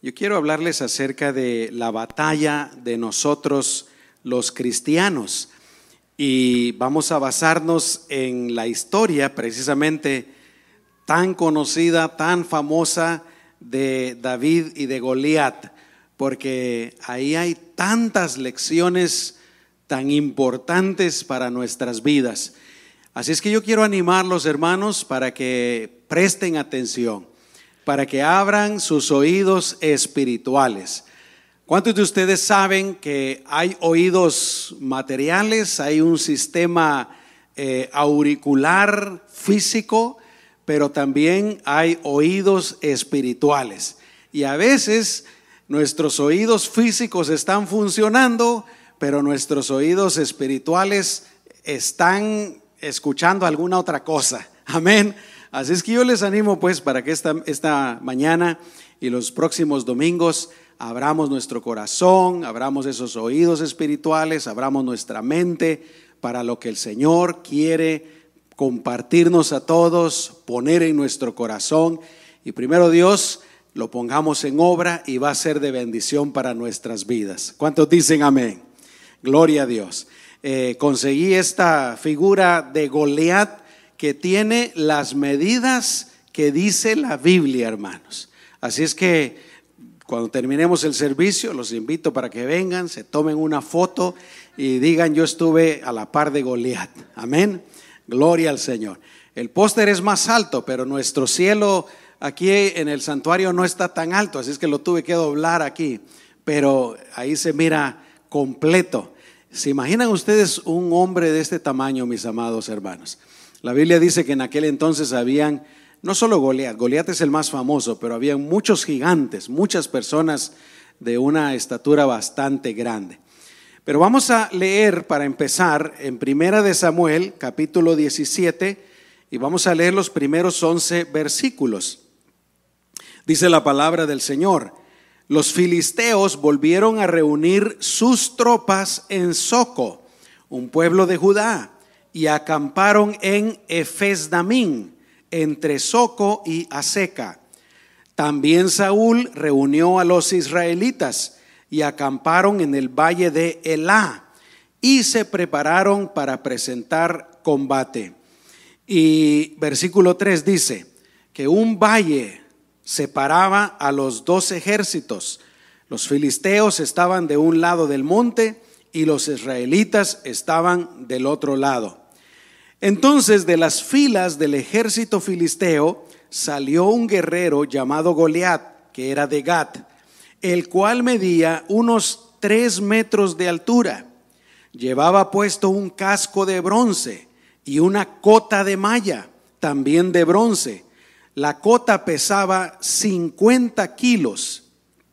Yo quiero hablarles acerca de la batalla de nosotros los cristianos y vamos a basarnos en la historia precisamente tan conocida, tan famosa de David y de Goliat, porque ahí hay tantas lecciones tan importantes para nuestras vidas. Así es que yo quiero animarlos, hermanos, para que presten atención, para que abran sus oídos espirituales. ¿Cuántos de ustedes saben que hay oídos materiales, hay un sistema auricular físico, pero también hay oídos espirituales? Y a veces nuestros oídos físicos están funcionando, pero nuestros oídos espirituales están escuchando alguna otra cosa. Amén. Así es que yo les animo pues para que esta mañana y los próximos domingos abramos nuestro corazón, abramos esos oídos espirituales, abramos nuestra mente para lo que el Señor quiere compartirnos a todos, poner en nuestro corazón, y primero Dios lo pongamos en obra y va a ser de bendición para nuestras vidas. ¿Cuántos dicen amén? Gloria a Dios. Conseguí esta figura de Goliat que tiene las medidas que dice la Biblia, hermanos. Así es que cuando terminemos el servicio, los invito para que vengan, se tomen una foto y digan: yo estuve a la par de Goliat. Amén. Gloria al Señor. El póster es más alto, pero nuestro cielo aquí en el santuario no está tan alto, así es que lo tuve que doblar aquí, pero ahí se mira completo. ¿Se imaginan ustedes un hombre de este tamaño, mis amados hermanos? La Biblia dice que en aquel entonces habían, no solo Goliat es el más famoso, pero habían muchos gigantes, muchas personas de una estatura bastante grande. Pero vamos a leer para empezar en Primera de Samuel, capítulo 17, y vamos a leer los primeros 11 versículos. Dice la palabra del Señor: los filisteos volvieron a reunir sus tropas en Soco, un pueblo de Judá, y acamparon en Efes-damín, entre Soco y Aseca. También Saúl reunió a los israelitas y acamparon en el valle de Elá y se prepararon para presentar combate. Y versículo 3 dice que un valle separaba a los dos ejércitos. Los filisteos estaban de un lado del monte y los israelitas estaban del otro lado. Entonces de las filas del ejército filisteo salió un guerrero llamado Goliat, que era de Gat, el cual medía unos 3 metros de altura. Llevaba puesto un casco de bronce y una cota de malla, también de bronce. La cota pesaba 50 kilos.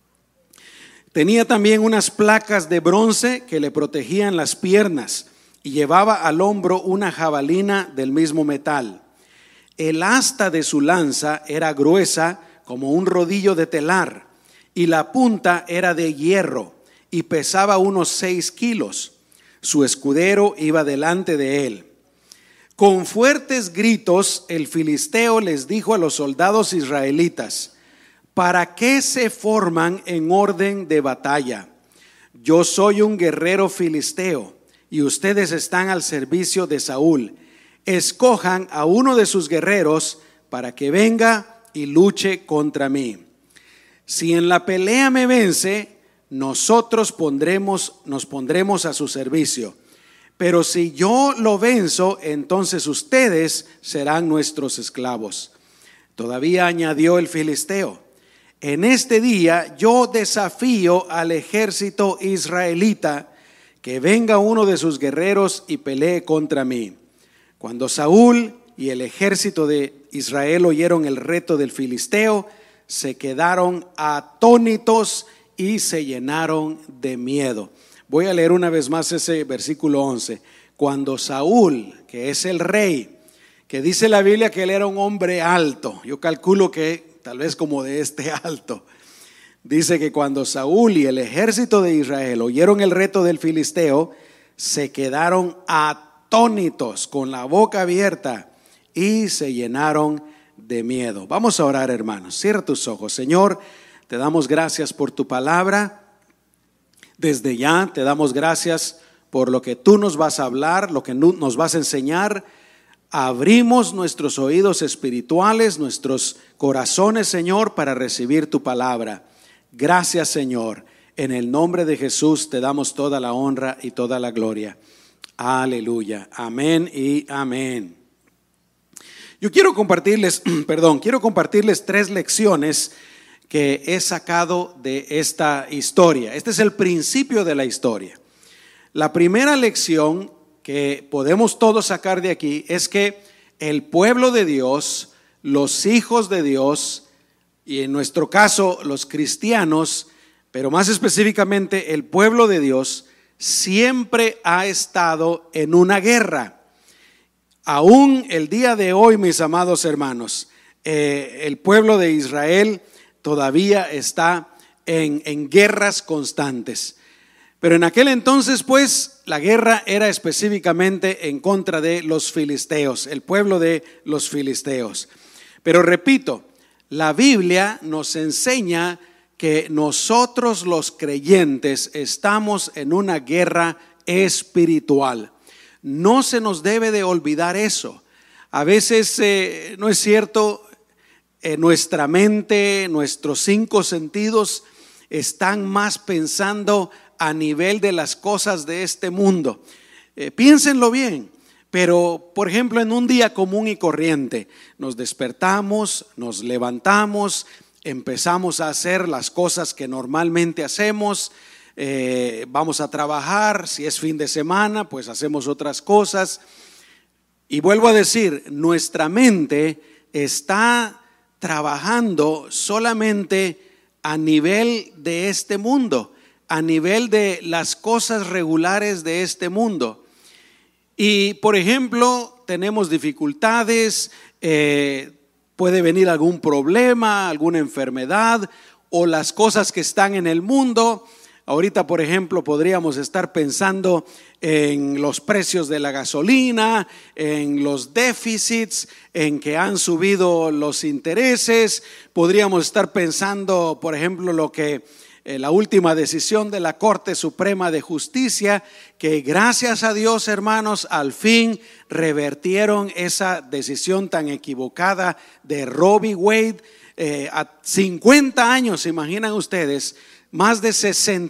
Tenía también unas placas de bronce que le protegían las piernas y llevaba al hombro una jabalina del mismo metal. El asta de su lanza era gruesa como un rodillo de telar y la punta era de hierro y pesaba unos 6 kilos. Su escudero iba delante de él. Con fuertes gritos el filisteo les dijo a los soldados israelitas: ¿para qué se forman en orden de batalla? Yo soy un guerrero filisteo y ustedes están al servicio de Saúl. Escojan a uno de sus guerreros para que venga y luche contra mí. Si en la pelea me vence, nosotros nos pondremos a su servicio. Pero si yo lo venzo, entonces ustedes serán nuestros esclavos. Todavía añadió el filisteo: en este día yo desafío al ejército israelita que venga uno de sus guerreros y pelee contra mí. Cuando Saúl y el ejército de Israel oyeron el reto del filisteo, se quedaron atónitos y se llenaron de miedo. Voy a leer una vez más ese versículo 11. Cuando Saúl, que es el rey, que dice la Biblia que él era un hombre alto, yo calculo que tal vez como de este alto, dice que cuando Saúl y el ejército de Israel oyeron el reto del filisteo, se quedaron atónitos, con la boca abierta, y se llenaron de miedo. Vamos a orar, hermanos. Cierra tus ojos. Señor, te damos gracias por tu palabra. Desde ya te damos gracias por lo que tú nos vas a hablar, lo que nos vas a enseñar. Abrimos nuestros oídos espirituales, nuestros corazones, Señor, para recibir tu palabra. Gracias, Señor. En el nombre de Jesús te damos toda la honra y toda la gloria. Aleluya. Amén y amén. Yo quiero compartirles, quiero compartirles 3 lecciones que he sacado de esta historia. Este es el principio de la historia. La primera lección que podemos todos sacar de aquí es que el pueblo de Dios, los hijos de Dios, y en nuestro caso los cristianos, pero más específicamente el pueblo de Dios, siempre ha estado en una guerra. Aún el día de hoy, mis amados hermanos, el pueblo de Israel todavía está en guerras constantes. Pero en aquel entonces, pues, la guerra era específicamente en contra de los filisteos, el pueblo de los filisteos. Pero repito, la Biblia nos enseña que nosotros los creyentes estamos en una guerra espiritual. No se nos debe de olvidar eso. A veces no es cierto, nuestra mente, nuestros 5 sentidos están más pensando a nivel de las cosas de este mundo. Piénsenlo bien. Pero, por ejemplo, en un día común y corriente, nos despertamos, nos levantamos, empezamos a hacer las cosas que normalmente hacemos, vamos a trabajar, si es fin de semana, pues hacemos otras cosas. Y vuelvo a decir, nuestra mente está trabajando solamente a nivel de este mundo, a nivel de las cosas regulares de este mundo. Y por ejemplo, tenemos dificultades, puede venir algún problema, alguna enfermedad o las cosas que están en el mundo. Ahorita, por ejemplo, podríamos estar pensando en los precios de la gasolina, en los déficits, en que han subido los intereses. Podríamos estar pensando, por ejemplo, lo que la última decisión de la Corte Suprema de Justicia, que gracias a Dios, hermanos, al fin revertieron esa decisión tan equivocada de Roe v. Wade. A 50 años, ¿se imaginan ustedes? Más de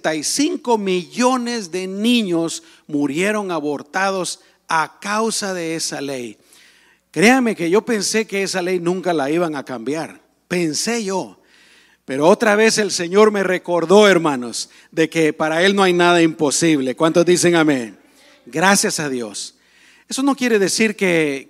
65 millones de niños murieron abortados a causa de esa ley. Créanme que yo pensé que esa ley nunca la iban a cambiar, pensé yo. Pero otra vez el Señor me recordó, hermanos, de que para Él no hay nada imposible. ¿Cuántos dicen amén? Gracias a Dios. Eso no quiere decir que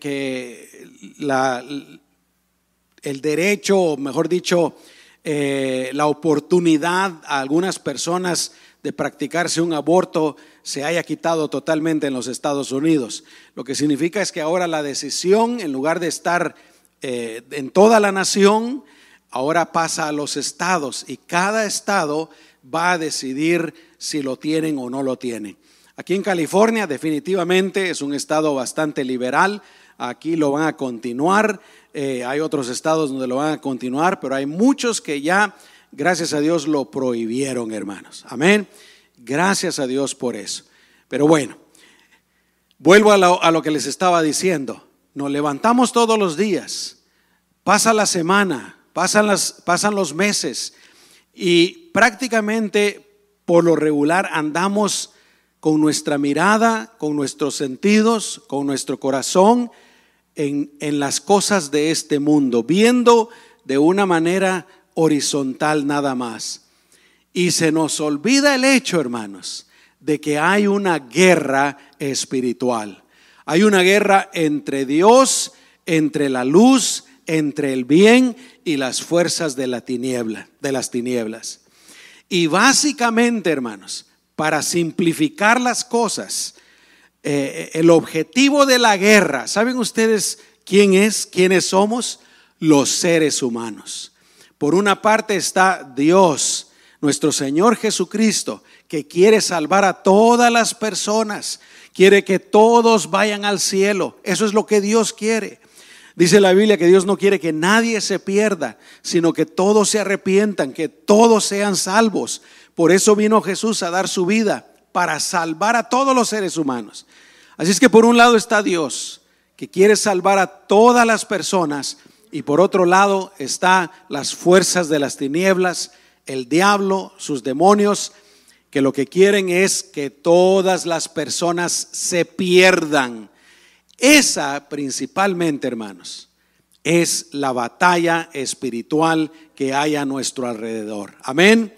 el derecho, o mejor dicho, la oportunidad a algunas personas de practicarse un aborto se haya quitado totalmente en los Estados Unidos. Lo que significa es que ahora la decisión, en lugar de estar en toda la nación, ahora pasa a los estados y cada estado va a decidir si lo tienen o no lo tienen. Aquí en California definitivamente es un estado bastante liberal, aquí lo van a continuar, hay otros estados donde lo van a continuar, pero hay muchos que ya, gracias a Dios, lo prohibieron, hermanos. Amén. Gracias a Dios por eso. Pero bueno, vuelvo a lo que les estaba diciendo. Nos levantamos todos los días, pasa la semana, pasan los meses y prácticamente por lo regular andamos con nuestra mirada, con nuestros sentidos, con nuestro corazón en las cosas de este mundo, viendo de una manera horizontal nada más. Y se nos olvida el hecho, hermanos, de que hay una guerra espiritual. Hay una guerra entre Dios, entre la luz, entre el bien y las fuerzas de las tinieblas. Y básicamente, hermanos, para simplificar las cosas, el objetivo de la guerra, ¿saben ustedes quiénes somos? Los seres humanos. Por una parte está Dios, nuestro Señor Jesucristo, que quiere salvar a todas las personas, quiere que todos vayan al cielo. Eso es lo que Dios quiere. Dice la Biblia que Dios no quiere que nadie se pierda, sino que todos se arrepientan, que todos sean salvos. Por eso vino Jesús a dar su vida, para salvar a todos los seres humanos. Así es que por un lado está Dios, que quiere salvar a todas las personas, y por otro lado está las fuerzas de las tinieblas, el diablo, sus demonios, que lo que quieren es que todas las personas se pierdan. Esa principalmente, hermanos, es la batalla espiritual que hay a nuestro alrededor. Amén.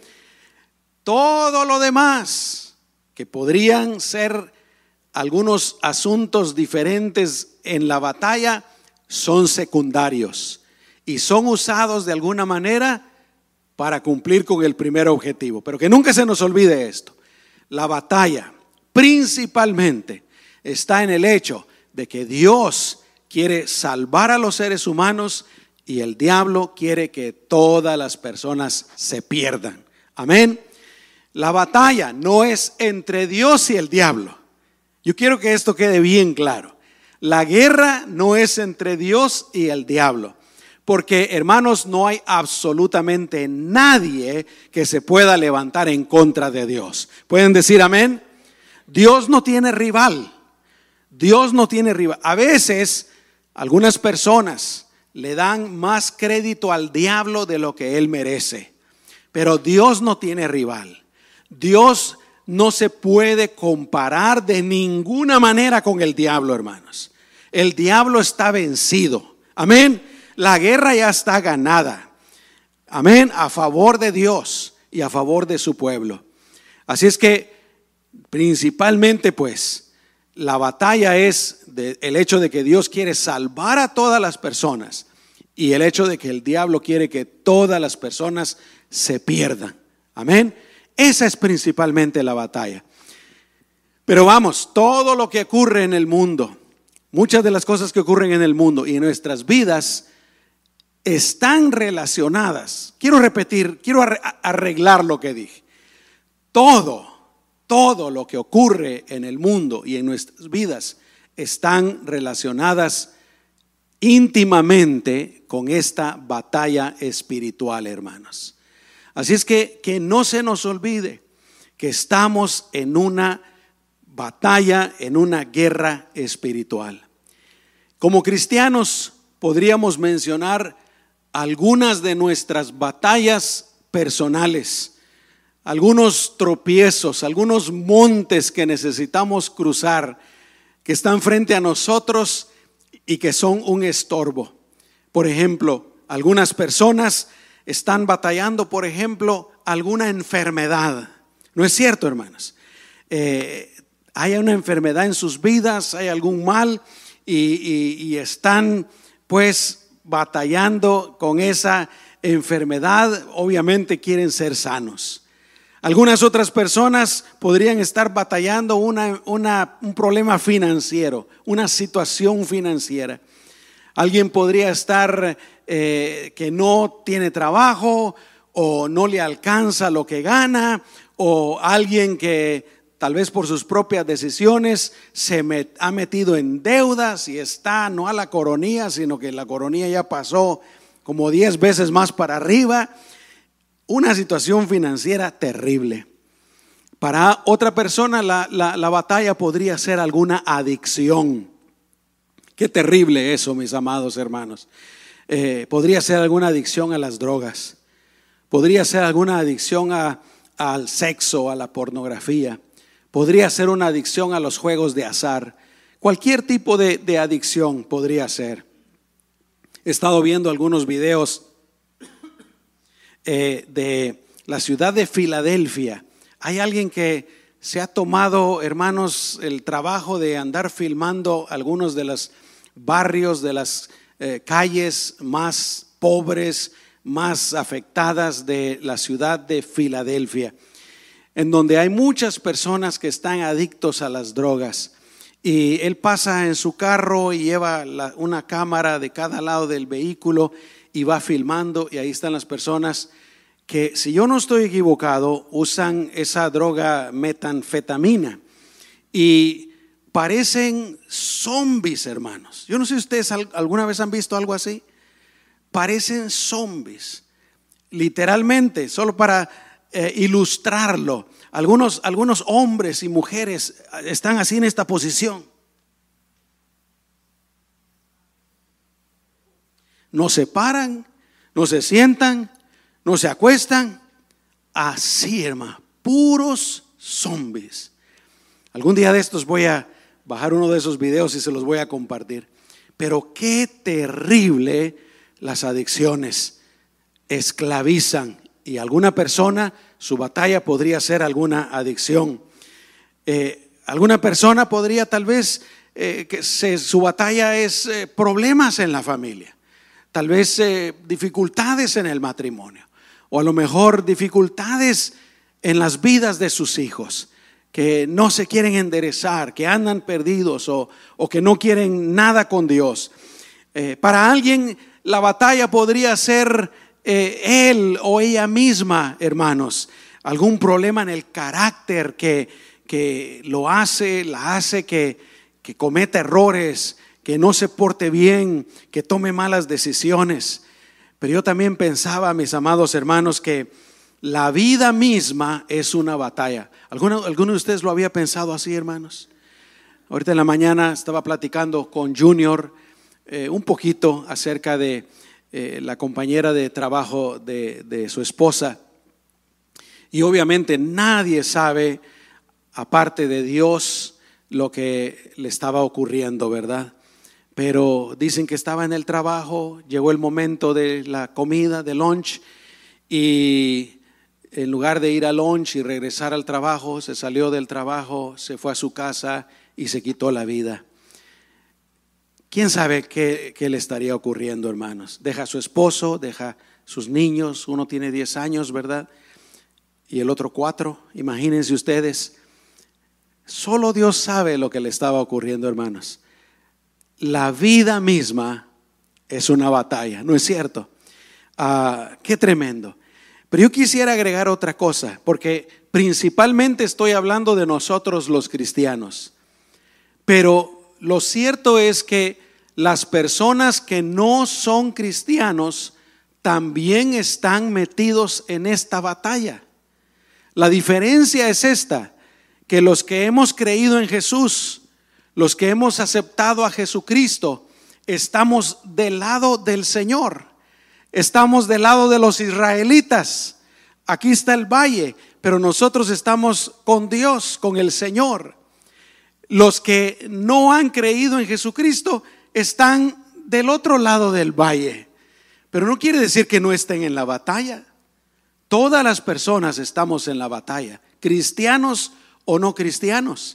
Todo lo demás, que podrían ser algunos asuntos diferentes en la batalla, son secundarios y son usados de alguna manera para cumplir con el primer objetivo. Pero que nunca se nos olvide esto: la batalla principalmente está en el hecho de que Dios quiere salvar a los seres humanos y el diablo quiere que todas las personas se pierdan. Amén. La batalla no es entre Dios y el diablo. Yo quiero que esto quede bien claro. La guerra no es entre Dios y el diablo, porque, hermanos, no hay absolutamente nadie que se pueda levantar en contra de Dios. ¿Pueden decir amén? Dios no tiene rival. Dios no tiene rival. A veces algunas personas le dan más crédito al diablo de lo que él merece, pero Dios no tiene rival. Dios no se puede comparar de ninguna manera con el diablo, hermanos. El diablo está vencido. Amén. La guerra ya está ganada. Amén. A favor de Dios y a favor de su pueblo. Así es que principalmente, pues, la batalla es el hecho de que Dios quiere salvar a todas las personas y el hecho de que el diablo quiere que todas las personas se pierdan. Amén. Esa es principalmente la batalla. Pero vamos, todo lo que ocurre en el mundo, muchas de las cosas que ocurren en el mundo y en nuestras vidas están relacionadas. Quiero repetir, quiero arreglar lo que dije. Todo lo que ocurre en el mundo y en nuestras vidas están relacionadas íntimamente con esta batalla espiritual, hermanos. Así es que no se nos olvide que estamos en una batalla, en una guerra espiritual. Como cristianos podríamos mencionar algunas de nuestras batallas personales, algunos tropiezos, algunos montes que necesitamos cruzar, que están frente a nosotros y que son un estorbo. Por ejemplo, algunas personas están batallando, por ejemplo, alguna enfermedad. ¿No es cierto, hermanos? Hay una enfermedad en sus vidas, hay algún mal y están pues batallando con esa enfermedad. Obviamente quieren ser sanos. Algunas otras personas podrían estar batallando un problema financiero, una situación financiera. Alguien podría estar que no tiene trabajo o no le alcanza lo que gana, o alguien que tal vez por sus propias decisiones ha metido en deudas y está no a la coronilla, sino que la coronilla ya pasó como 10 veces más para arriba. Una situación financiera terrible. Para otra persona la batalla podría ser alguna adicción. Qué terrible eso, mis amados hermanos. Podría ser alguna adicción a las drogas. Podría ser alguna adicción al sexo, a la pornografía. Podría ser una adicción a los juegos de azar. Cualquier tipo de adicción podría ser. He estado viendo algunos videos de la ciudad de Filadelfia. Hay alguien que se ha tomado, hermanos, el trabajo de andar filmando algunos de los barrios, de las calles más pobres, más afectadas de la ciudad de Filadelfia, en donde hay muchas personas que están adictos a las drogas. Y él pasa en su carro y lleva una cámara de cada lado del vehículo y va filmando, y ahí están las personas que, si yo no estoy equivocado, usan esa droga metanfetamina, y parecen zombies, hermanos. Yo no sé si ustedes alguna vez han visto algo así. Parecen zombies, literalmente, solo para ilustrarlo. Algunos hombres y mujeres están así en esta posición. No se paran, no se sientan, no se acuestan. Así, hermano, puros zombies. Algún día de estos voy a bajar uno de esos videos y se los voy a compartir. Pero qué terrible, las adicciones esclavizan, y alguna persona, su batalla podría ser alguna adicción. Alguna persona podría tal vez su batalla es problemas en la familia, tal vez dificultades en el matrimonio, o a lo mejor dificultades en las vidas de sus hijos, que no se quieren enderezar, que andan perdidos o que no quieren nada con Dios. Para alguien la batalla podría ser él o ella misma, hermanos. Algún problema en el carácter que la hace que cometa errores, que no se porte bien, que tome malas decisiones. Pero yo también pensaba, mis amados hermanos, que la vida misma es una batalla. ¿Alguno de ustedes lo había pensado así, hermanos? Ahorita en la mañana estaba platicando con Junior un poquito acerca de la compañera de trabajo de su esposa. Y obviamente nadie sabe, aparte de Dios, lo que le estaba ocurriendo, ¿verdad? Pero dicen que estaba en el trabajo, llegó el momento de la comida, de lunch, y en lugar de ir al lunch y regresar al trabajo, se salió del trabajo, se fue a su casa y se quitó la vida. ¿Quién sabe qué le estaría ocurriendo, hermanos? Deja a su esposo, deja sus niños, uno tiene 10 años, ¿verdad? Y el otro 4, imagínense ustedes. Solo Dios sabe lo que le estaba ocurriendo, hermanos. La vida misma es una batalla, ¿no es cierto? Qué tremendo. Pero yo quisiera agregar otra cosa, porque principalmente estoy hablando de nosotros los cristianos. Pero lo cierto es que las personas que no son cristianos también están metidos en esta batalla. La diferencia es esta, que los que hemos creído en Jesús, los que hemos aceptado a Jesucristo, estamos del lado del Señor, estamos del lado de los israelitas. Aquí está el valle, pero nosotros estamos con Dios, con el Señor. Los que no han creído en Jesucristo están del otro lado del valle, pero no quiere decir que no estén en la batalla. Todas las personas estamos en la batalla, cristianos o no cristianos.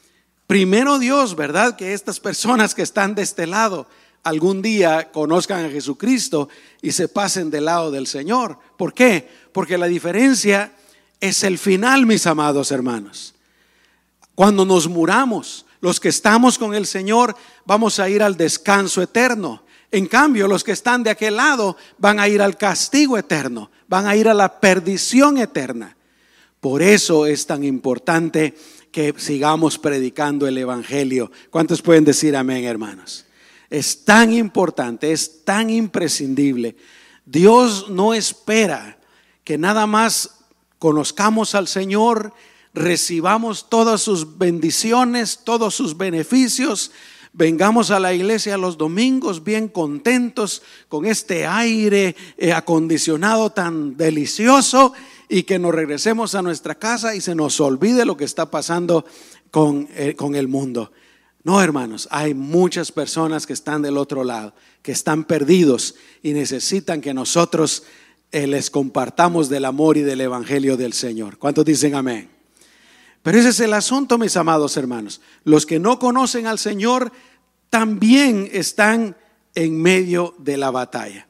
Primero Dios, ¿verdad? Que estas personas que están de este lado algún día conozcan a Jesucristo y se pasen del lado del Señor. ¿Por qué? Porque la diferencia es el final, mis amados hermanos. Cuando nos muramos, los que estamos con el Señor vamos a ir al descanso eterno. En cambio, los que están de aquel lado van a ir al castigo eterno, van a ir a la perdición eterna. Por eso es tan importante que sigamos predicando el evangelio. ¿Cuántos pueden decir amén, hermanos? Es tan importante, es tan imprescindible. Dios no espera que nada más conozcamos al Señor, recibamos todas sus bendiciones, todos sus beneficios, vengamos a la iglesia los domingos bien contentos con este aire acondicionado tan delicioso, y que nos regresemos a nuestra casa y se nos olvide lo que está pasando con el mundo. No, hermanos, hay muchas personas que están del otro lado, que están perdidos y necesitan que nosotros les compartamos del amor y del evangelio del Señor. ¿Cuántos dicen amén? Pero ese es el asunto, mis amados hermanos. Los que no conocen al Señor también están en medio de la batalla.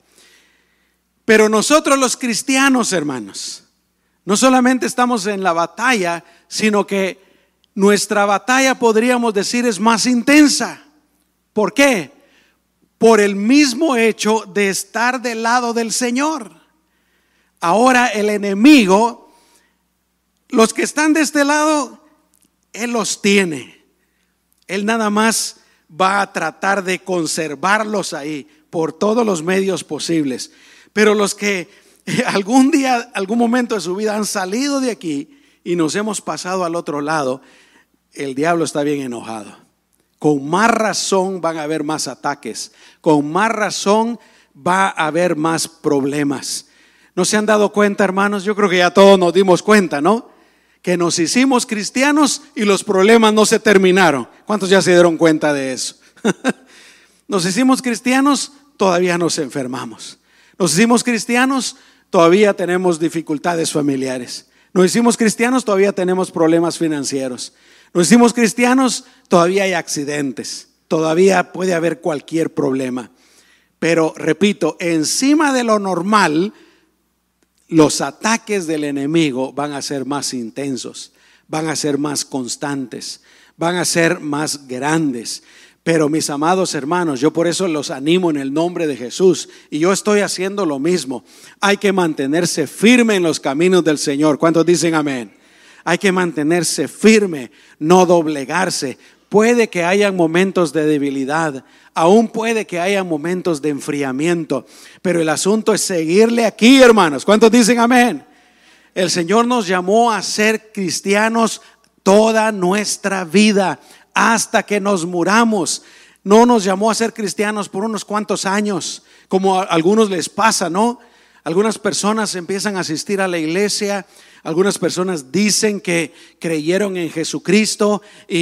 Pero nosotros los cristianos, hermanos, no solamente estamos en la batalla, sino que nuestra batalla, podríamos decir, es más intensa. ¿Por qué? Por el mismo hecho de estar del lado del Señor. Ahora el enemigo, los que están de este lado, él los tiene. Él nada más va a tratar de conservarlos ahí por todos los medios posibles. Pero los que algún día, algún momento de su vida han salido de aquí y nos hemos pasado al otro lado, el diablo está bien enojado. Con más razón van a haber más ataques, con más razón va a haber más problemas. ¿No se han dado cuenta, hermanos? Yo creo que ya todos nos dimos cuenta, ¿no? Que nos hicimos cristianos y los problemas no se terminaron. ¿Cuántos ya se dieron cuenta de eso? Nos hicimos cristianos, todavía nos enfermamos. Nos hicimos cristianos, todavía tenemos dificultades familiares. Nos hicimos cristianos, todavía tenemos problemas financieros. Nos hicimos cristianos, todavía hay accidentes. Todavía puede haber cualquier problema. Pero repito, encima de lo normal, los ataques del enemigo van a ser más intensos, van a ser más constantes, van a ser más grandes. Pero mis amados hermanos, yo por eso los animo en el nombre de Jesús, y yo estoy haciendo lo mismo. Hay que mantenerse firme en los caminos del Señor. ¿Cuántos dicen amén? Hay que mantenerse firme, no doblegarse. Puede que haya momentos de debilidad, aún puede que haya momentos de enfriamiento, pero el asunto es seguirle aquí, hermanos. ¿Cuántos dicen amén? El Señor nos llamó a ser cristianos toda nuestra vida, hasta que nos muramos. No nos llamó a ser cristianos por unos cuantos años, como a algunos les pasa, ¿no? Algunas personas empiezan a asistir a la iglesia, algunas personas dicen que creyeron en Jesucristo,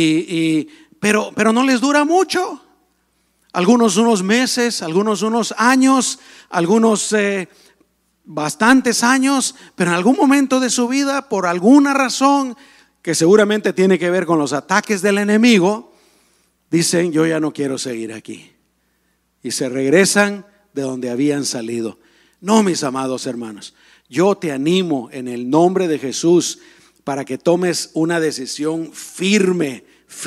pero no les dura mucho. Algunos unos meses, algunos unos años, algunos bastantes años, pero en algún momento de su vida, por alguna razón que seguramente tiene que ver con los ataques del enemigo, dicen: yo ya no quiero seguir aquí, y se regresan de donde habían salido. No, mis amados hermanos, yo te animo en el nombre de Jesús para que tomes una decisión firme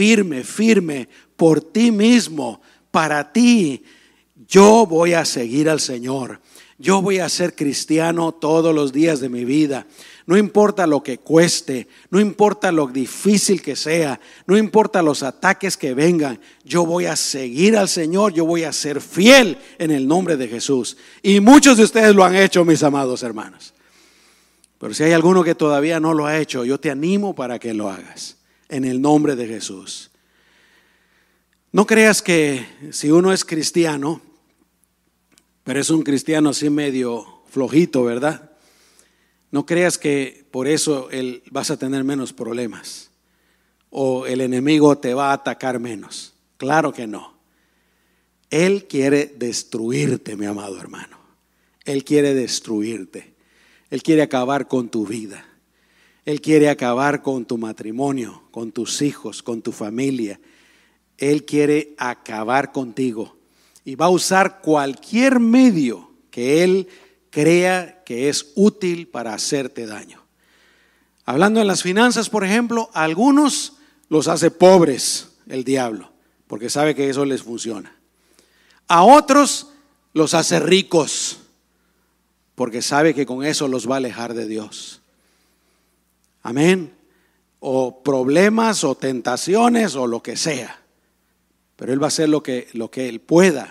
por ti mismo, para ti. Yo voy a seguir al Señor, yo voy a ser cristiano todos los días de mi vida. No importa lo que cueste, no importa lo difícil que sea, no importa los ataques que vengan, yo voy a seguir al Señor, yo voy a ser fiel en el nombre de Jesús. Y muchos de ustedes lo han hecho, mis amados hermanos. Pero si hay alguno que todavía no lo ha hecho, yo te animo para que lo hagas en el nombre de Jesús. No creas que si uno es cristiano, pero es un cristiano así medio flojito, ¿verdad? No creas que por eso vas a tener menos problemas o el enemigo te va a atacar menos. Claro que no. Él quiere destruirte, mi amado hermano. Él quiere destruirte. Él quiere acabar con tu vida. Él quiere acabar con tu matrimonio, con tus hijos, con tu familia. Él quiere acabar contigo y va a usar cualquier medio que Él crea que es útil para hacerte daño. Hablando en las finanzas, por ejemplo, a algunos los hace pobres el diablo, porque sabe que eso les funciona. A otros los hace ricos, porque sabe que con eso los va a alejar de Dios. Amén. O problemas o tentaciones o lo que sea, pero Él va a hacer lo que Él pueda.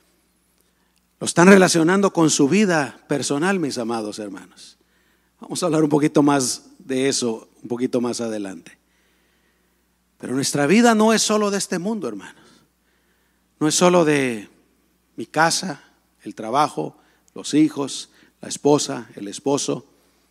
Lo están relacionando con su vida personal, mis amados hermanos. Vamos a hablar un poquito más de eso un poquito más adelante. Pero nuestra vida no es solo de este mundo, hermanos. No es solo de mi casa, el trabajo, los hijos, la esposa, el esposo.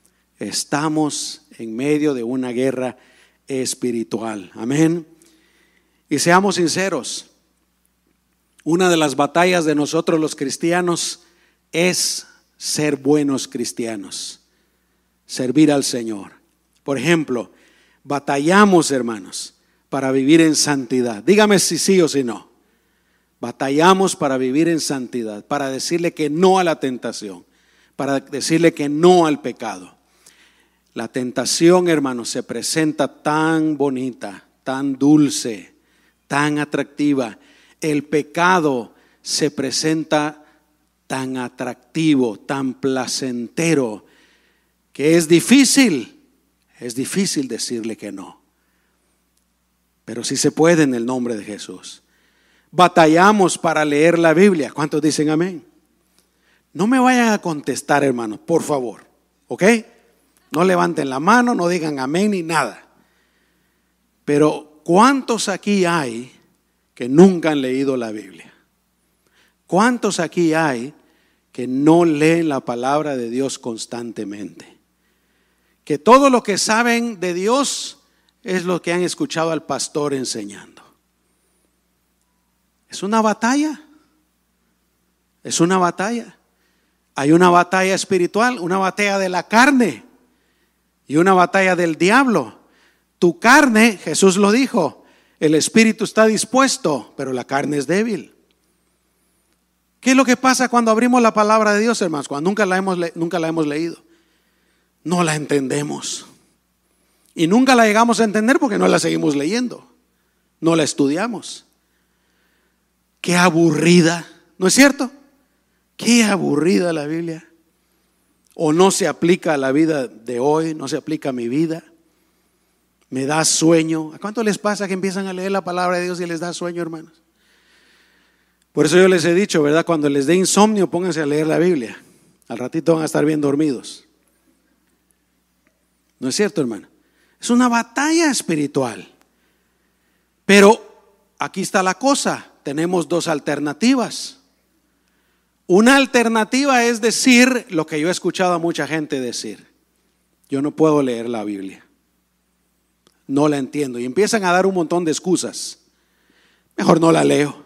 Estamos en medio de una guerra espiritual. Amén. Y seamos sinceros. Una de las batallas de nosotros los cristianos es ser buenos cristianos, servir al Señor. Por ejemplo, batallamos, hermanos, para vivir en santidad. Dígame si sí o si no. Batallamos para vivir en santidad, para decirle que no a la tentación, para decirle que no al pecado. La tentación, hermanos, se presenta tan bonita, tan dulce, tan atractiva. El pecado se presenta tan atractivo, tan placentero, que es difícil decirle que no. pero sí se puede en el nombre de Jesús. Batallamos para leer la Biblia. ¿Cuántos dicen amén? No me vayan a contestar, hermanos, por favor, ¿ok? No levanten la mano, no digan amén ni nada. Pero ¿cuántos aquí hay que nunca han leído la Biblia? ¿Cuántos aquí hay que no leen la palabra de Dios constantemente? Que todo lo que saben de Dios es lo que han escuchado al pastor enseñando. Es una batalla. Es una batalla. Hay una batalla espiritual, una batalla de la carne y una batalla del diablo. Tu carne, Jesús lo dijo, el espíritu está dispuesto, pero la carne es débil. ¿Qué es lo que pasa cuando abrimos la palabra de Dios, hermanos? Cuando nunca la hemos leído. No la entendemos. Y nunca la llegamos a entender porque no la seguimos leyendo. No la estudiamos. Qué aburrida, ¿no es cierto? Qué aburrida la Biblia. O no se aplica a la vida de hoy, no se aplica a mi vida. Me da sueño. ¿A cuánto les pasa que empiezan a leer la palabra de Dios y les da sueño, hermanos? Por eso yo les he dicho, ¿verdad? Cuando les dé insomnio, pónganse a leer la Biblia. Al ratito van a estar bien dormidos. ¿No es cierto, hermano? Es una batalla espiritual. Pero aquí está la cosa. Tenemos dos alternativas. Una alternativa es decir lo que yo he escuchado a mucha gente decir: yo no puedo leer la Biblia, no la entiendo. Y empiezan a dar un montón de excusas. Mejor no la leo.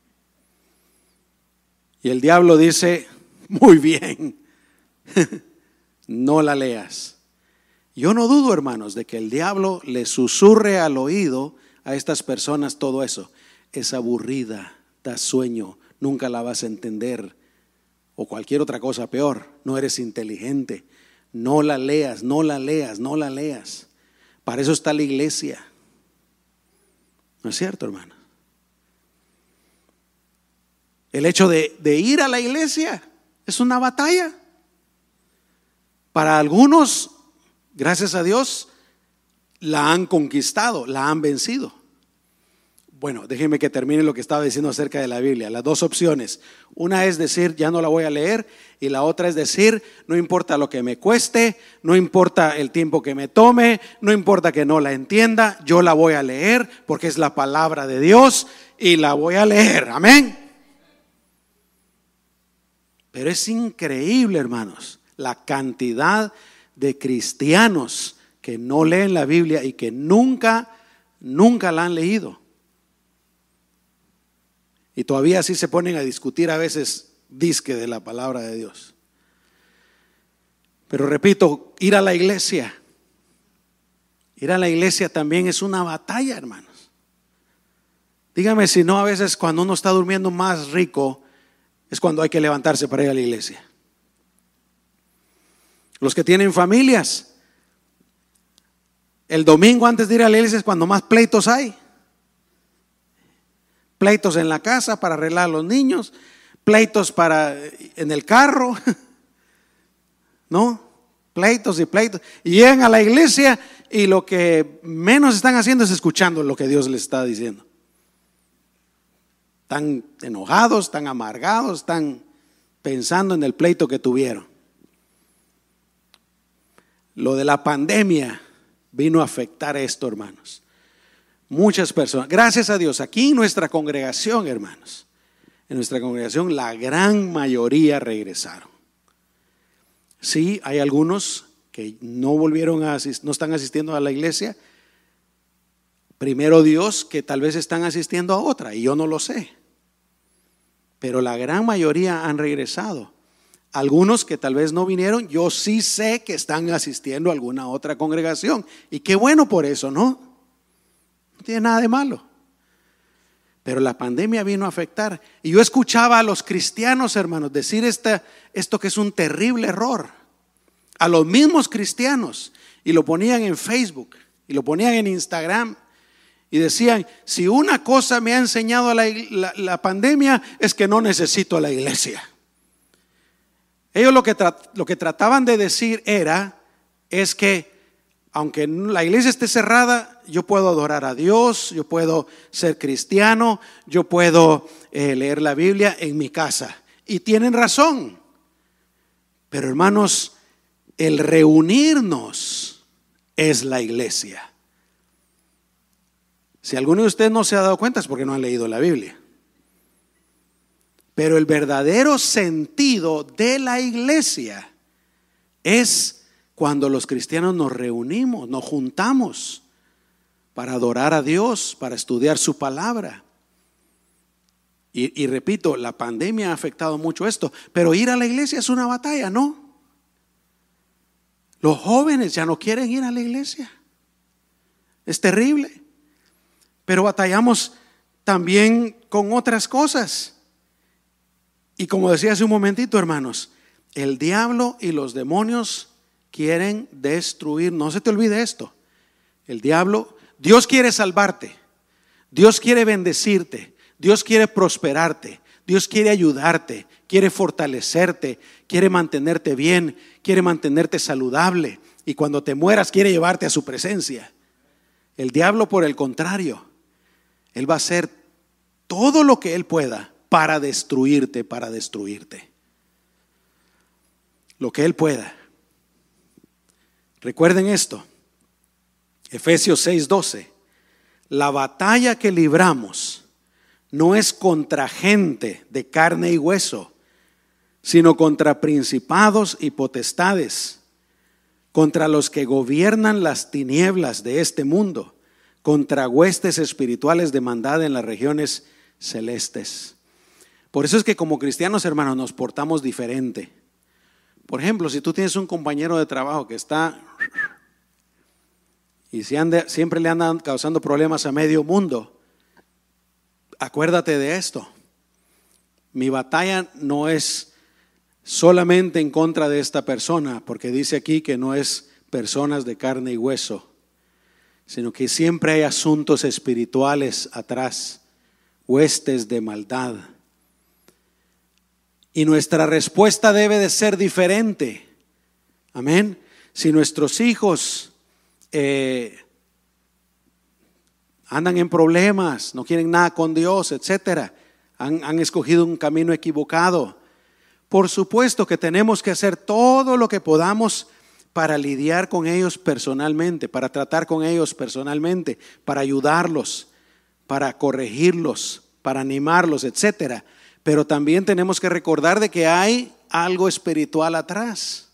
Y el diablo dice: muy bien, no la leas. Yo no dudo, hermanos, de que el diablo le susurre al oído a estas personas todo eso. Es aburrida, da sueño, nunca la vas a entender. O cualquier otra cosa peor, no eres inteligente. No la leas, no la leas, no la leas. Para eso está la iglesia. ¿No es cierto, hermano? El hecho de ir a la iglesia es una batalla. Para algunos, gracias a Dios, la han conquistado, la han vencido. Bueno, déjenme que termine lo que estaba diciendo acerca de la Biblia. Las dos opciones. Una es decir, ya no la voy a leer. Y la otra es decir, no importa lo que me cueste, no importa el tiempo que me tome, no importa que no la entienda, yo la voy a leer porque es la palabra de Dios y la voy a leer. Amén. Pero es increíble, hermanos, la cantidad de cristianos que no leen la Biblia y que nunca la han leído. Y todavía así se ponen a discutir a veces disque de la palabra de Dios. Pero repito, ir a la iglesia también es una batalla, hermanos. Dígame si no, a veces cuando uno está durmiendo más rico es cuando hay que levantarse para ir a la iglesia. Los que tienen familias, el domingo antes de ir a la iglesia es cuando más pleitos hay. Pleitos en la casa para arreglar a los niños, pleitos en el carro, ¿no? Pleitos y pleitos. Y llegan a la iglesia y lo que menos están haciendo es escuchando lo que Dios les está diciendo. Están enojados, están amargados, están pensando en el pleito que tuvieron. Lo de la pandemia vino a afectar esto, hermanos. Muchas personas, gracias a Dios, aquí en nuestra congregación, hermanos, en nuestra congregación la gran mayoría regresaron. Sí, hay algunos que no están asistiendo a la iglesia. Primero Dios, que tal vez están asistiendo a otra y yo no lo sé. Pero la gran mayoría han regresado. Algunos que tal vez no vinieron, yo sí sé que están asistiendo a alguna otra congregación. Y qué bueno por eso, ¿no? No tiene nada de malo. Pero la pandemia vino a afectar. Y yo escuchaba a los cristianos, hermanos, decir esto que es un terrible error. A los mismos cristianos. Y lo ponían en Facebook. Y lo ponían en Instagram. Y decían, si una cosa me ha enseñado la pandemia es que no necesito a la iglesia. Ellos lo que trataban de decir es que aunque la iglesia esté cerrada, yo puedo adorar a Dios, yo puedo ser cristiano, yo puedo leer la Biblia en mi casa. Y tienen razón. Pero hermanos, el reunirnos es la iglesia. Si alguno de ustedes no se ha dado cuenta es porque no han leído la Biblia. Pero el verdadero sentido de la iglesia es cuando los cristianos nos reunimos, nos juntamos para adorar a Dios, para estudiar su palabra. Y repito, la pandemia ha afectado mucho esto, pero ir a la iglesia es una batalla, ¿no? Los jóvenes ya no quieren ir a la iglesia. Es terrible. Pero batallamos también con otras cosas. Y como decía hace un momentito, hermanos, el diablo y los demonios quieren destruir. No se te olvide esto. El diablo, Dios quiere salvarte. Dios quiere bendecirte. Dios quiere prosperarte. Dios quiere ayudarte. Quiere fortalecerte. Quiere mantenerte bien. Quiere mantenerte saludable. Y cuando te mueras quiere llevarte a su presencia. El diablo, por el contrario, él va a hacer todo lo que él pueda para destruirte, Lo que él pueda. Recuerden esto. Efesios 6:12. La batalla que libramos no es contra gente de carne y hueso, sino contra principados y potestades, contra los que gobiernan las tinieblas de este mundo, contra huestes espirituales de maldad en las regiones celestes. Por eso es que como cristianos, hermanos, nos portamos diferente. Por ejemplo, si tú tienes un compañero de trabajo que está y siempre le andan causando problemas a medio mundo, acuérdate de esto. Mi batalla no es solamente en contra de esta persona, porque dice aquí que no es personas de carne y hueso, sino que siempre hay asuntos espirituales atrás, huestes de maldad. Y nuestra respuesta debe de ser diferente. Amén. Si nuestros hijos andan en problemas, no quieren nada con Dios, etcétera, han escogido un camino equivocado, por supuesto que tenemos que hacer todo lo que podamos para lidiar con ellos personalmente, para tratar con ellos personalmente, para ayudarlos, para corregirlos, para animarlos, etcétera. Pero también tenemos que recordar de que hay algo espiritual atrás.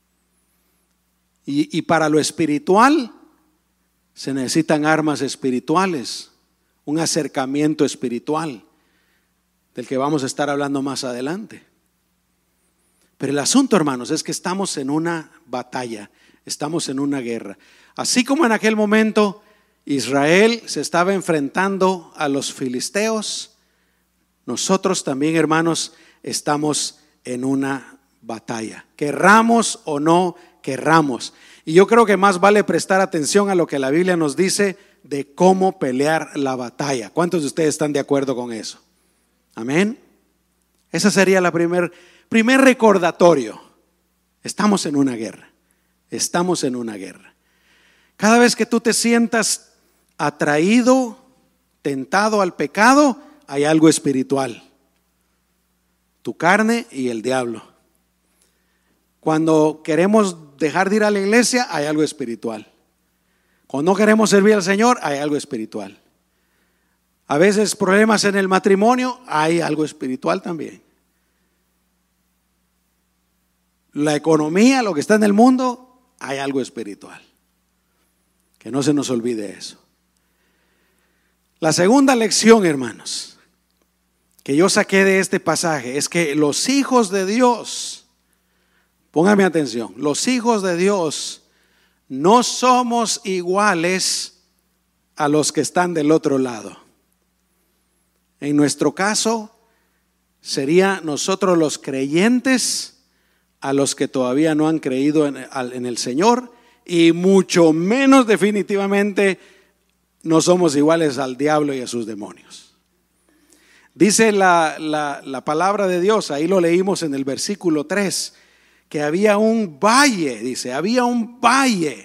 Y para lo espiritual se necesitan armas espirituales, un acercamiento espiritual, del que vamos a estar hablando más adelante. Pero el asunto, hermanos, es que estamos en una batalla, estamos en una guerra. Así como en aquel momento Israel se estaba enfrentando a los filisteos, nosotros también, hermanos, estamos en una batalla, querramos o no querramos. Y yo creo que más vale prestar atención a lo que la Biblia nos dice de cómo pelear la batalla. ¿Cuántos de ustedes están de acuerdo con eso? Amén. Esa sería la primer recordatorio. Estamos en una guerra. Estamos en una guerra. Cada vez que tú te sientas atraído, tentado al pecado, hay algo espiritual. Tu carne y el diablo. Cuando queremos dejar de ir a la iglesia, hay algo espiritual. Cuando no queremos servir al Señor, hay algo espiritual. A veces problemas en el matrimonio, hay algo espiritual también. La economía, lo que está en el mundo, hay algo espiritual. Que no se nos olvide eso. La segunda lección, hermanos, que yo saqué de este pasaje es que los hijos de Dios, póngame atención, los hijos de Dios no somos iguales a los que están del otro lado. En nuestro caso, sería nosotros los creyentes a los que todavía no han creído en el Señor, y mucho menos definitivamente no somos iguales al diablo y a sus demonios. Dice la palabra de Dios, ahí lo leímos en el versículo 3, que había un valle, dice, había un valle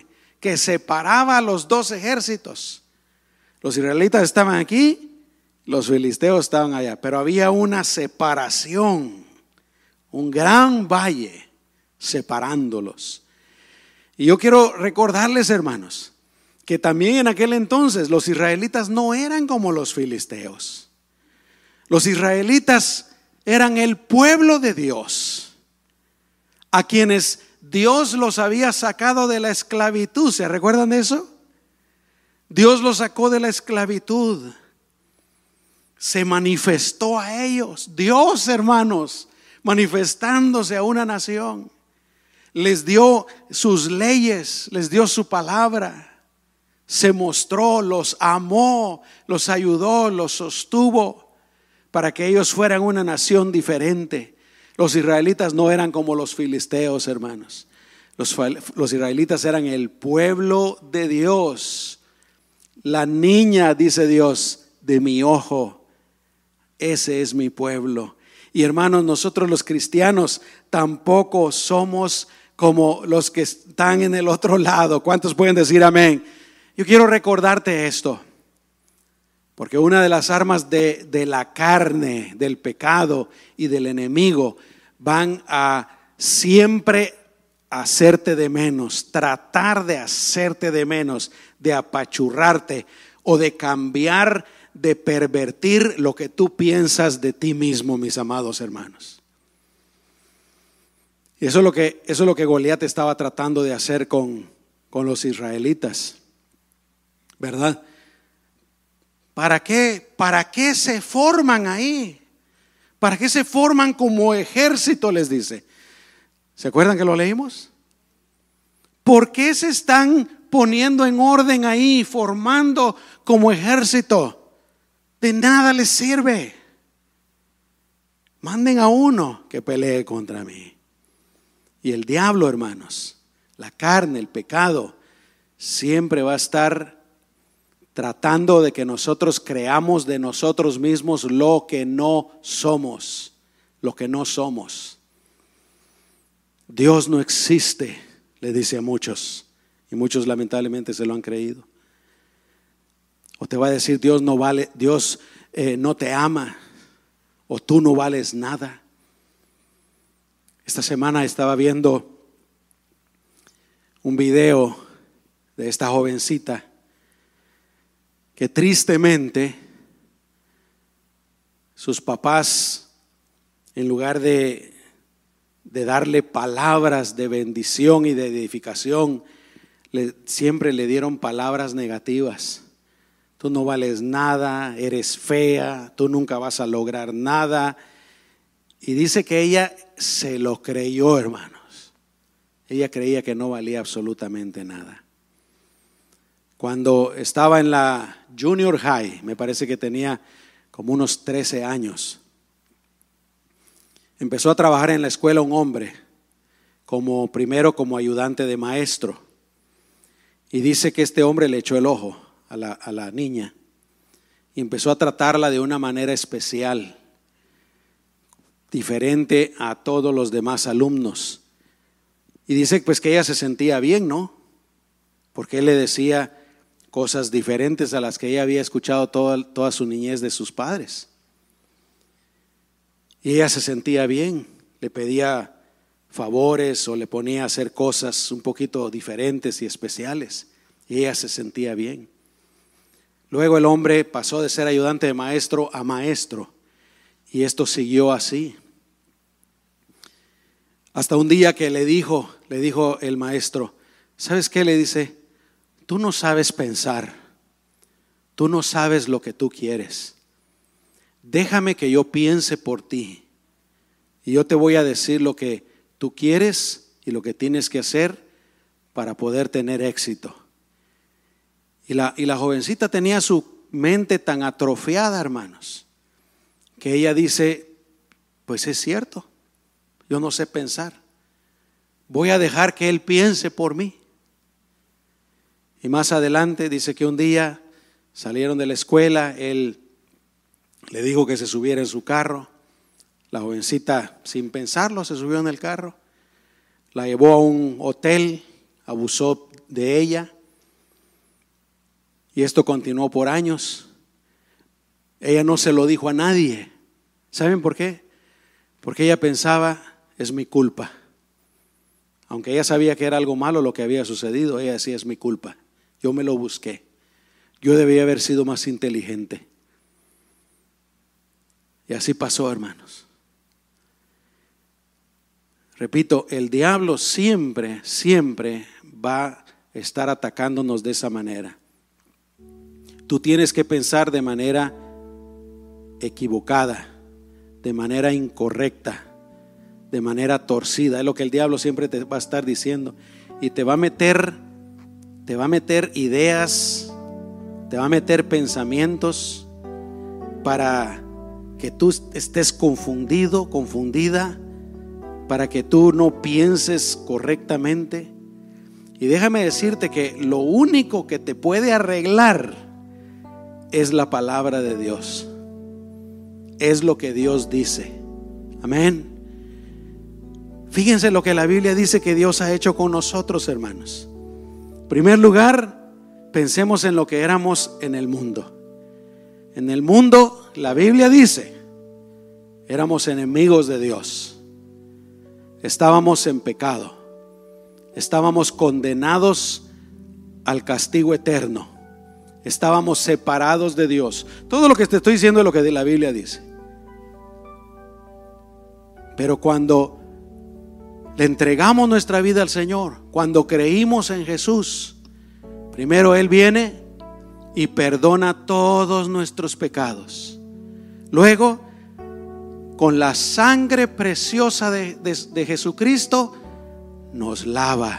que separaba a los dos ejércitos. Los israelitas estaban aquí, los filisteos estaban allá, pero había una separación, un gran valle separándolos. Y yo quiero recordarles, hermanos, que también en aquel entonces los israelitas no eran como los filisteos. Los israelitas eran el pueblo de Dios, a quienes Dios los había sacado de la esclavitud. ¿Se recuerdan de eso? Dios los sacó de la esclavitud. Se manifestó a ellos. Dios, hermanos, manifestándose a una nación. Les dio sus leyes, les dio su palabra. Se mostró, los amó, los ayudó, los sostuvo para que ellos fueran una nación diferente. Los israelitas no eran como los filisteos, hermanos. Los israelitas eran el pueblo de Dios. La niña, dice Dios, de mi ojo. Ese es mi pueblo. Y hermanos, nosotros los cristianos tampoco somos como los que están en el otro lado. ¿Cuántos pueden decir amén? Yo quiero recordarte esto, porque una de las armas de la carne, del pecado y del enemigo van a siempre hacerte de menos, tratar de hacerte de menos, de apachurrarte o de cambiar, de pervertir lo que tú piensas de ti mismo, mis amados hermanos. Y eso es lo que Goliat estaba tratando de hacer con los israelitas, ¿verdad? ¿Para qué se forman ahí? ¿Para qué se forman como ejército? Les dice. ¿Se acuerdan que lo leímos? ¿Por qué se están poniendo en orden ahí, formando como ejército? De nada les sirve. Manden a uno que pelee contra mí. Y el diablo, hermanos, la carne, el pecado, siempre va a estar tratando de que nosotros creamos de nosotros mismos lo que no somos, lo que no somos. Dios no existe, le dice a muchos, y muchos lamentablemente se lo han creído. O te va a decir Dios no vale, Dios no te ama, o tú no vales nada. Esta semana estaba viendo un video de esta jovencita que tristemente sus papás, en lugar de darle palabras de bendición y de edificación, siempre le dieron palabras negativas. Tú no vales nada, eres fea, tú nunca vas a lograr nada. Y dice que ella se lo creyó, hermanos. Ella creía que no valía absolutamente nada. Cuando estaba en la Junior High, me parece que tenía como unos 13 años, empezó a trabajar en la escuela un hombre, primero como ayudante de maestro. Y dice que este hombre le echó el ojo a la niña y empezó a tratarla de una manera especial, diferente a todos los demás alumnos. Y dice pues que ella se sentía bien, ¿no? Porque él le decía cosas diferentes a las que ella había escuchado toda su niñez de sus padres. Y ella se sentía bien, le pedía favores o le ponía a hacer cosas un poquito diferentes y especiales. Y ella se sentía bien. Luego el hombre pasó de ser ayudante de maestro a maestro. Y esto siguió así. Hasta un día que le dijo el maestro, ¿sabes qué? Le dice, tú no sabes pensar, tú no sabes lo que tú quieres. Déjame que yo piense por ti y yo te voy a decir lo que tú quieres y lo que tienes que hacer para poder tener éxito. Y la jovencita tenía su mente tan atrofiada, hermanos, que ella dice, pues es cierto, yo no sé pensar, voy a dejar que él piense por mí. Y más adelante dice que un día salieron de la escuela, él le dijo que se subiera en su carro. La jovencita, sin pensarlo, se subió en el carro, la llevó a un hotel, abusó de ella Y esto continuó por años. Ella no se lo dijo a nadie. ¿Saben por qué? Porque ella pensaba, es mi culpa. Aunque ella sabía que era algo malo lo que había sucedido, ella decía, es mi culpa. Yo me lo busqué. Yo debía haber sido más inteligente. Y así pasó, hermanos. Repito, el diablo siempre va a estar atacándonos de esa manera. Tú tienes que pensar de manera equivocada, de manera incorrecta, de manera torcida. Es lo que el diablo siempre te va a estar diciendo. Y te va a meter ideas, te va a meter pensamientos para que tú estés confundido, confundida, para que tú no pienses correctamente. Y déjame decirte que lo único que te puede arreglar es la palabra de Dios. Es lo que Dios dice. Amén. Fíjense lo que la Biblia dice que Dios ha hecho con nosotros, hermanos. En primer lugar, pensemos en lo que éramos en el mundo. En el mundo, la Biblia dice, éramos enemigos de Dios. Estábamos en pecado. Estábamos condenados al castigo eterno. Estábamos separados de Dios. Todo lo que te estoy diciendo es lo que la Biblia dice. Pero cuando le entregamos nuestra vida al Señor, cuando creímos en Jesús, primero Él viene y perdona todos nuestros pecados. Luego, con la sangre preciosa de Jesucristo, nos lava,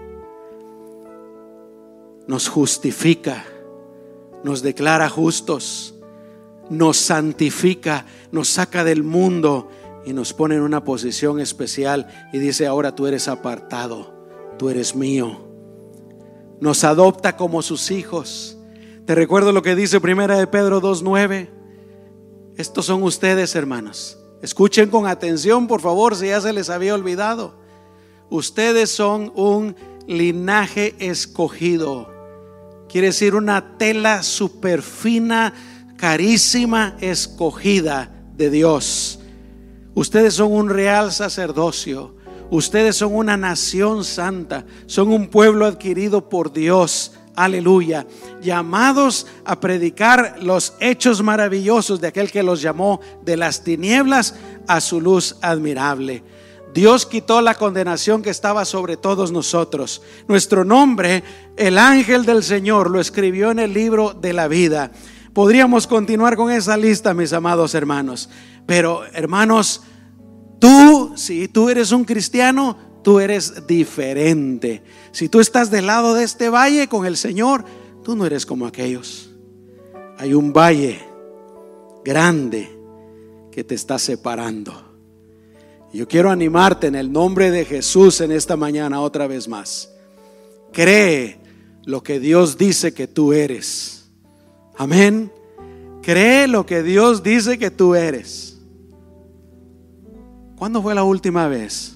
nos justifica, nos declara justos, nos santifica, nos saca del mundo y nos pone en una posición especial y dice, ahora tú eres apartado, tú eres mío. Nos adopta como sus hijos. Te recuerdo lo que dice Primera de Pedro 2:9. Estos son ustedes, hermanos. Escuchen con atención, por favor, si ya se les había olvidado. Ustedes son un linaje escogido. Quiere decir una tela súper fina, carísima, escogida de Dios. Ustedes son un real sacerdocio. Ustedes son una nación santa. Son un pueblo adquirido por Dios. Aleluya. Llamados a predicar los hechos maravillosos de aquel que los llamó de las tinieblas a su luz admirable. Dios quitó la condenación que estaba sobre todos nosotros. Nuestro nombre, el ángel del Señor, lo escribió en el libro de la vida. Podríamos continuar con esa lista, mis amados hermanos. Pero, hermanos, si tú eres un cristiano, tú eres diferente. Si tú estás del lado de este valle con el Señor, tú no eres como aquellos. Hay un valle grande que te está separando. Yo quiero animarte en el nombre de Jesús en esta mañana otra vez más. Cree lo que Dios dice que tú eres. Amén. Cree lo que Dios dice que tú eres. ¿Cuándo fue la última vez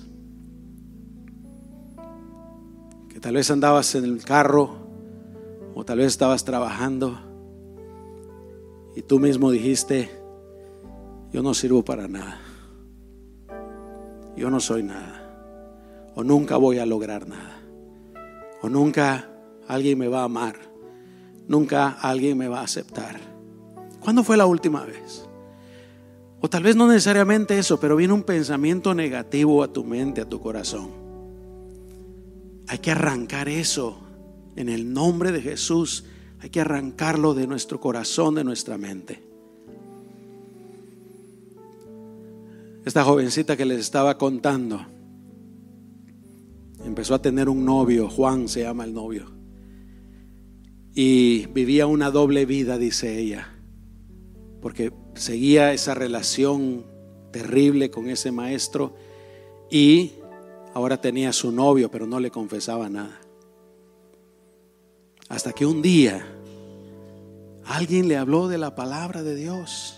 que tal vez andabas en el carro o tal vez estabas trabajando y tú mismo dijiste, yo no sirvo para nada? Yo no soy nada, o nunca voy a lograr nada, o nunca alguien me va a amar, nunca alguien me va a aceptar. ¿Cuándo fue la última vez? O tal vez no necesariamente eso, pero viene un pensamiento negativo a tu mente, a tu corazón. Hay que arrancar eso en el nombre de Jesús. Hay que arrancarlo de nuestro corazón, de nuestra mente. Esta jovencita que les estaba contando empezó a tener un novio, Juan se llama el novio, y vivía una doble vida, dice ella, porque seguía esa relación terrible con ese maestro y ahora tenía a su novio, pero no le confesaba nada. Hasta que un día alguien le habló de la palabra de Dios.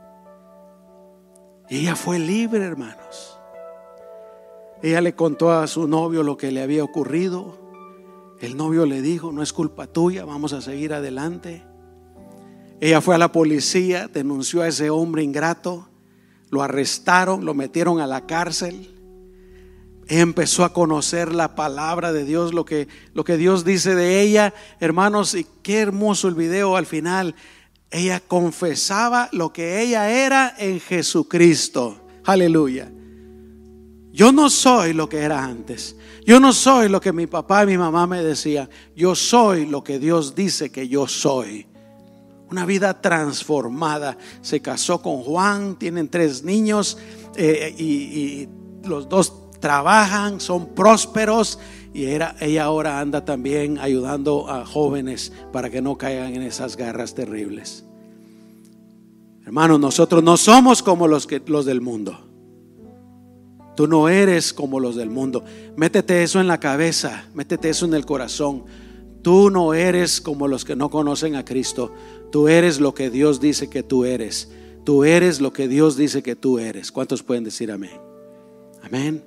Y ella fue libre, hermanos. Ella le contó a su novio lo que le había ocurrido El novio le dijo: no es culpa tuya, vamos a seguir adelante. Ella fue a la policía, denunció a ese hombre ingrato, lo arrestaron, lo metieron a la cárcel. Ella empezó a conocer la palabra de Dios, lo que Dios dice de ella, hermanos, y qué hermoso el video al final. Ella confesaba lo que ella era en Jesucristo. Aleluya. Yo no soy lo que era antes. Yo no soy lo que mi papá y mi mamá me decían. Yo soy lo que Dios dice que yo soy. Una vida transformada. Se casó con Juan, tienen 3 niños y los 2 trabajan, son prósperos, y ella ahora anda también ayudando a jóvenes para que no caigan en esas garras terribles. Hermanos, nosotros no somos como los del mundo. Tú no eres como los del mundo. Métete eso en la cabeza, métete eso en el corazón. Tú no eres como los que no conocen a Cristo. Tú eres lo que Dios dice que tú eres. Tú eres lo que Dios dice que tú eres. ¿Cuántos pueden decir amén? Amén.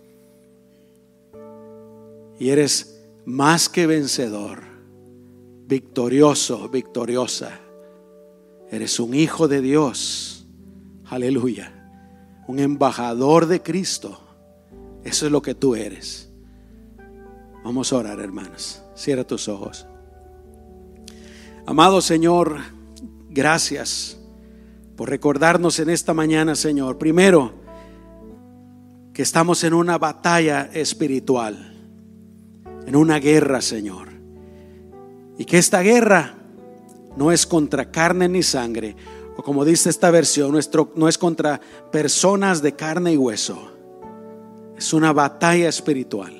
Y eres más que vencedor, victorioso, victoriosa. Eres un hijo de Dios. Aleluya. Un embajador de Cristo. Eso es lo que tú eres. Vamos a orar, hermanos. Cierra tus ojos. Amado Señor, gracias por recordarnos en esta mañana, Señor. Primero, que estamos en una batalla espiritual, en una guerra, Señor. Y que esta guerra no es contra carne ni sangre, o como dice esta versión, no es contra personas de carne y hueso. Es una batalla espiritual.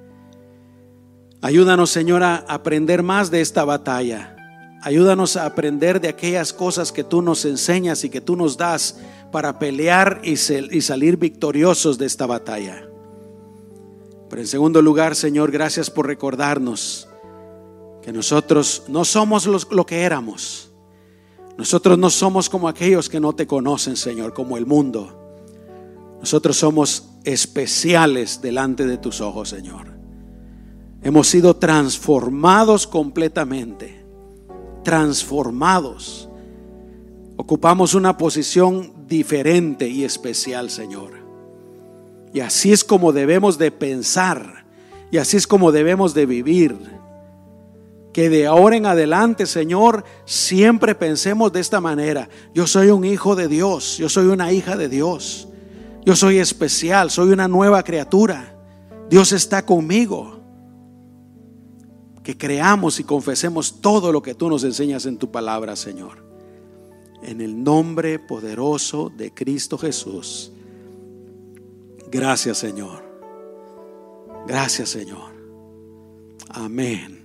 Ayúdanos, Señor, a aprender más de esta batalla. Ayúdanos a aprender de aquellas cosas que tú nos enseñas y que tú nos das para pelear y salir victoriosos de esta batalla. Pero en segundo lugar, Señor, gracias por recordarnos que nosotros no somos lo que éramos. Nosotros no somos como aquellos que no te conocen, Señor, como el mundo. Nosotros somos especiales delante de tus ojos, Señor. Hemos sido transformados completamente. Transformados. Ocupamos una posición diferente y especial, Señor. Y así es como debemos de pensar, y así es como debemos de vivir. Que de ahora en adelante, Señor, siempre pensemos de esta manera: yo soy un hijo de Dios, yo soy una hija de Dios, yo soy especial, soy una nueva criatura, Dios está conmigo. Que creamos y confesemos todo lo que tú nos enseñas en tu palabra, Señor. En el nombre poderoso de Cristo Jesús. Gracias, Señor. Gracias, Señor. Amén.